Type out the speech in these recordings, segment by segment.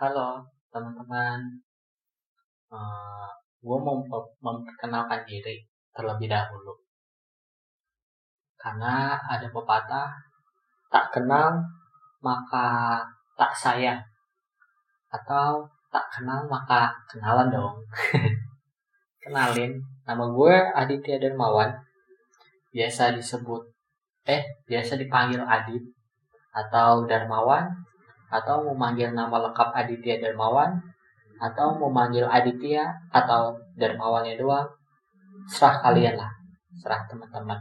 Halo teman-teman, Eh, gue mau memperkenalkan diri terlebih dahulu. Karena ada pepatah, tak kenal maka tak sayang, atau tak kenal maka kenalan dong. Kenalin, nama gue Aditya Darmawan, biasa dipanggil Adit atau Darmawan, atau memanggil nama lengkap Aditya Darmawan, atau memanggil Aditya atau Darmawannya doang. Serah kalian lah, serah teman-teman.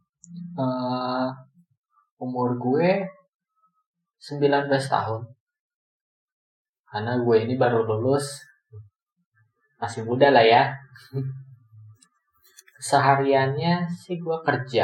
Umur gue 19 tahun, karena gue ini baru lulus, masih muda lah ya. Sehariannya sih gue kerja,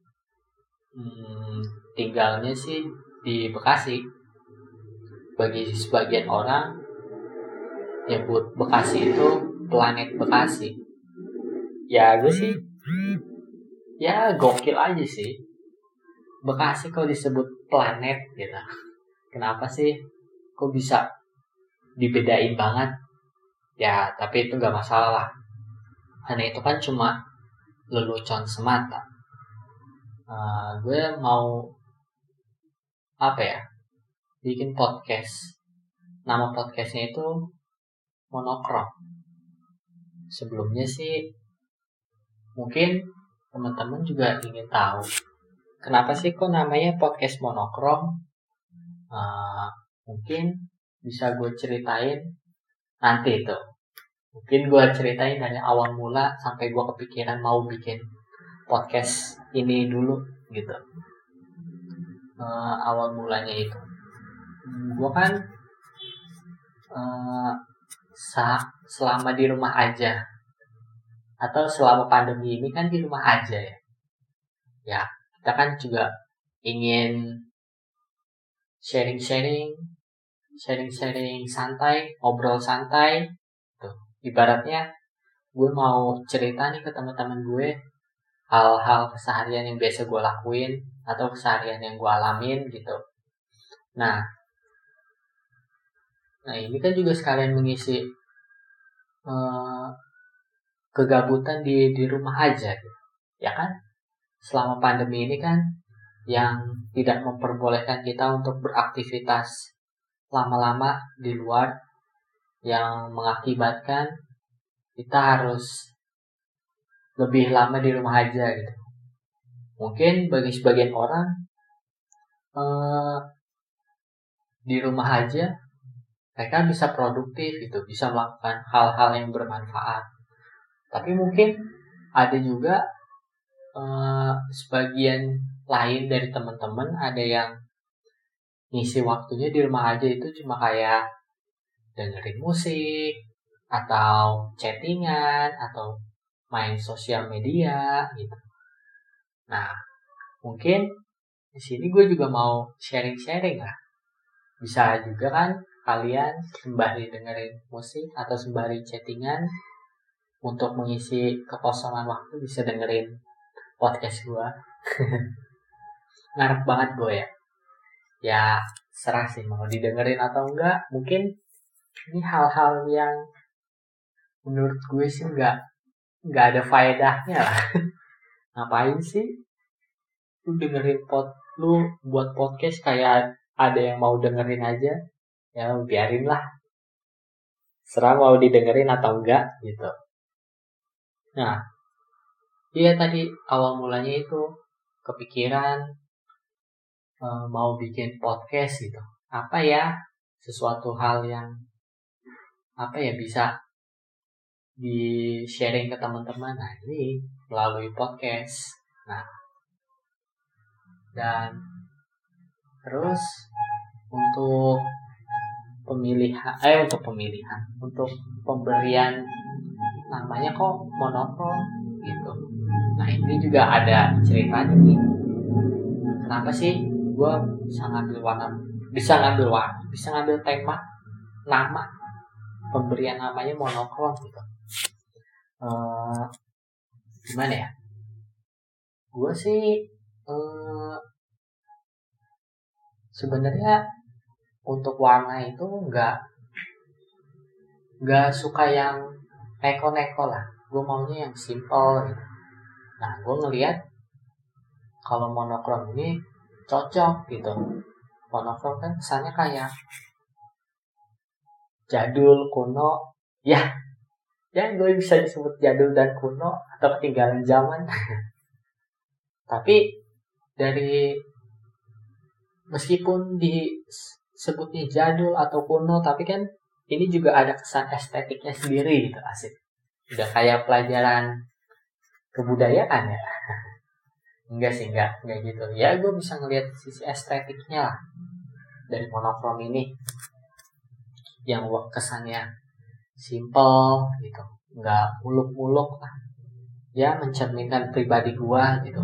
tinggalnya sih di Bekasi. Bagi sebagian orang nyebut Bekasi itu planet Bekasi. Ya gue sih ya gokil aja sih, Bekasi kalau disebut planet gitu. Kenapa sih kok bisa dibedain banget? Ya tapi itu gak masalah lah, karena itu kan cuma lelucon semata. Gue mau bikin podcast. Nama podcastnya itu Monokrom. Sebelumnya sih mungkin teman-teman juga ingin tahu kenapa sih kok namanya podcast Monokrom. Mungkin bisa gue ceritain nanti itu. Mungkin gue ceritain dari awal mula sampai gue kepikiran mau bikin podcast ini dulu gitu. Awal mulanya itu gue kan selama di rumah aja, atau selama pandemi ini kan di rumah aja ya, kita kan juga ingin sharing santai, ngobrol santai tuh. Ibaratnya gue mau cerita nih ke teman-teman gue hal-hal keseharian yang biasa gue lakuin atau keseharian yang gue alamin gitu. Nah ini kan juga sekalian mengisi kegabutan di rumah aja gitu. Ya kan? Selama pandemi ini kan yang tidak memperbolehkan kita untuk beraktivitas lama-lama di luar, yang mengakibatkan kita harus lebih lama di rumah aja gitu. Mungkin bagi sebagian orang di rumah aja mereka bisa produktif gitu, bisa melakukan hal-hal yang bermanfaat. Tapi mungkin ada juga sebagian lain dari teman-teman ada yang ngisi waktunya di rumah aja itu cuma kayak dengerin musik atau chattingan atau main sosial media gitu. Nah, mungkin di sini gue juga mau sharing lah. Bisa juga kan kalian sembari dengerin musik atau sembari chattingan untuk mengisi kekosongan waktu bisa dengerin podcast gue. Ngarep banget gue ya. Ya serah sih mau didengerin atau enggak. Mungkin ini hal-hal yang menurut gue sih enggak ada faedahnya lah. Ngapain sih lu dengerin lu buat podcast kayak ada yang mau dengerin aja? Ya biarin lah. Serah mau didengerin atau enggak gitu. Nah, iya tadi awal mulanya itu kepikiran mau bikin podcast gitu. Apa ya sesuatu hal yang bisa di sharing ke teman-teman. Nah ini melalui podcast. Nah dan terus untuk pemberian namanya kok monokrom gitu. Nah ini juga ada ceritanya nih. Kenapa sih gue bisa ngambil tema nama pemberian namanya monokrom gitu. Gimana ya? Gue sih sebenarnya untuk warna itu nggak nggak suka yang neko-neko lah. Gue maunya yang simple gitu. Nah, gue ngelihat kalau monokrom ini cocok gitu. Monokrom kan kesannya kayak jadul, kuno. Ya, gue bisa disebut jadul dan kuno atau ketinggalan zaman. Tapi dari meskipun disebutnya jadul atau kuno, tapi kan ini juga ada kesan estetiknya sendiri gitu, asik. Udah kayak pelajaran kebudayaan ya. Enggak sih, enggak gitu. Ya gue bisa ngelihat sisi estetiknya lah dari monokrom ini, yang kesannya simple gitu, nggak muluk-muluk lah. Ya mencerminkan pribadi gue gitu.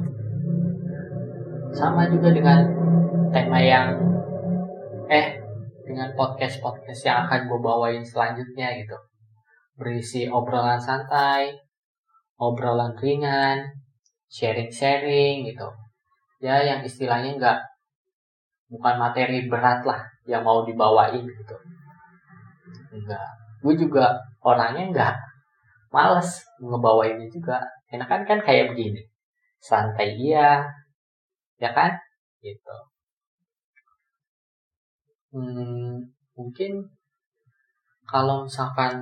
Sama juga dengan tema yang dengan podcast yang akan gue bawain selanjutnya gitu, berisi obrolan santai, obrolan ringan, sharing gitu ya, yang istilahnya bukan materi berat lah yang mau dibawain gitu. Enggak, gue juga orangnya enggak males ngebawainnya juga, enakan kan kayak begini, santai iya ya kan gitu. Mungkin kalau misalkan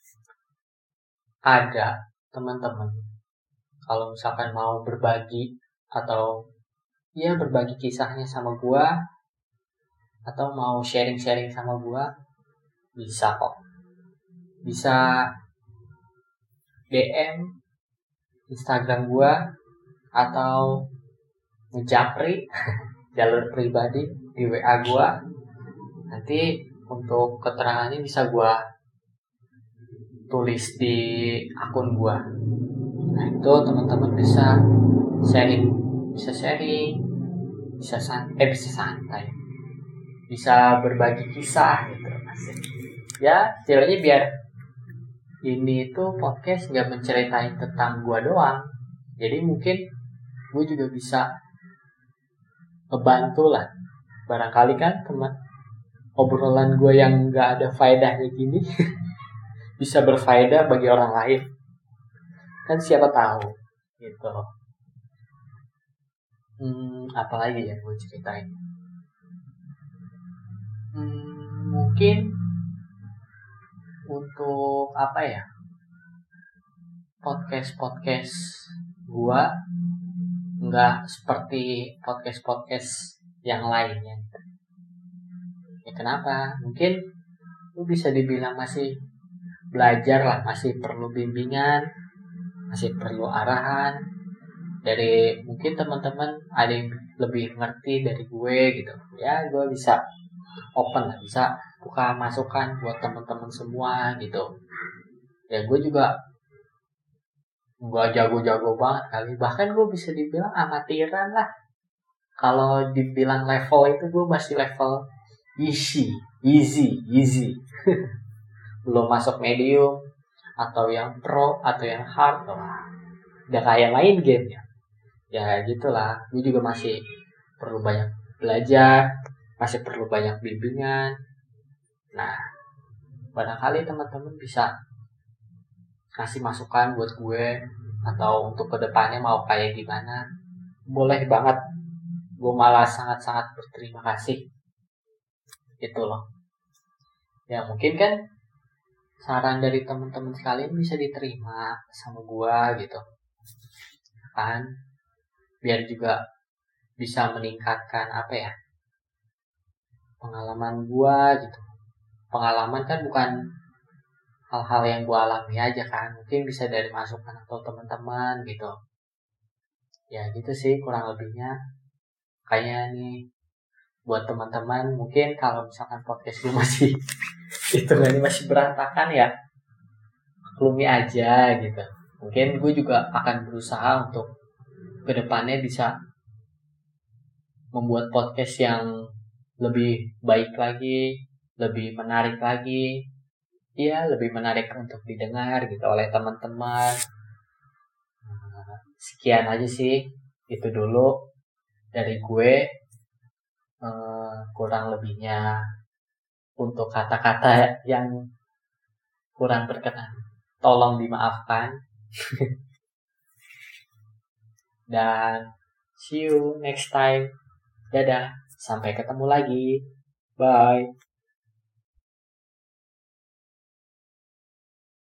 ada teman-teman, kalau misalkan mau berbagi atau ya berbagi kisahnya sama gua, atau mau sharing-sharing sama gua, bisa kok. Bisa DM Instagram gua atau ngejapri jalur pribadi di WA gua. Nanti untuk keterangannya bisa gua tulis di akun gua. Nah, itu teman-teman bisa sharing, bisa santai, bisa berbagi kisah gitu. Ya, istilahnya biar ini tuh podcast nggak menceritain tentang gua doang. Jadi mungkin gue juga bisa ngebantu lah. Barangkali kan teman obrolan gue yang nggak ada faedahnya gini bisa berfaedah bagi orang lain. Kan siapa tahu gitu. Apalagi yang gue ceritain. Mungkin untuk apa ya, podcast gua nggak seperti podcast yang lainnya. Ya kenapa? Mungkin lu bisa dibilang masih belajar lah, masih perlu bimbingan, masih perlu arahan dari mungkin teman-teman, ada yang lebih ngerti dari gue gitu. Ya gue bisa open lah, bisa buka masukan buat teman-teman semua gitu. Ya gue juga gak jago-jago banget kali, bahkan gue bisa dibilang amatiran lah. Kalau dibilang level itu gue masih level easy belum masuk medium atau yang pro atau yang hard. Udah kayak main game ya gitulah. Gue juga masih perlu banyak belajar, masih perlu banyak bimbingan. Nah, barangkali teman-teman bisa kasih masukan buat gue, atau untuk kedepannya mau kayak gimana, boleh banget. Gue malah sangat-sangat berterima kasih gitu loh. Ya mungkin kan saran dari teman-teman sekalian bisa diterima sama gue gitu kan, biar juga bisa meningkatkan apa ya, pengalaman gue gitu. Pengalaman kan bukan hal-hal yang gue alami aja kan, mungkin bisa dari masukan atau teman-teman gitu. Ya gitu sih kurang lebihnya. Kayaknya nih buat teman-teman, mungkin kalau misalkan podcast gue masih hitungannya masih berantakan ya, maklumi aja gitu. Mungkin gue juga akan berusaha untuk kedepannya bisa membuat podcast yang lebih baik lagi, lebih menarik lagi. Iya, lebih menarik untuk didengar gitu oleh teman-teman. Sekian aja sih, itu dulu dari gue. Kurang lebihnya untuk kata-kata yang kurang berkenan. Tolong dimaafkan. Dan see you next time. Dadah, sampai ketemu lagi. Bye.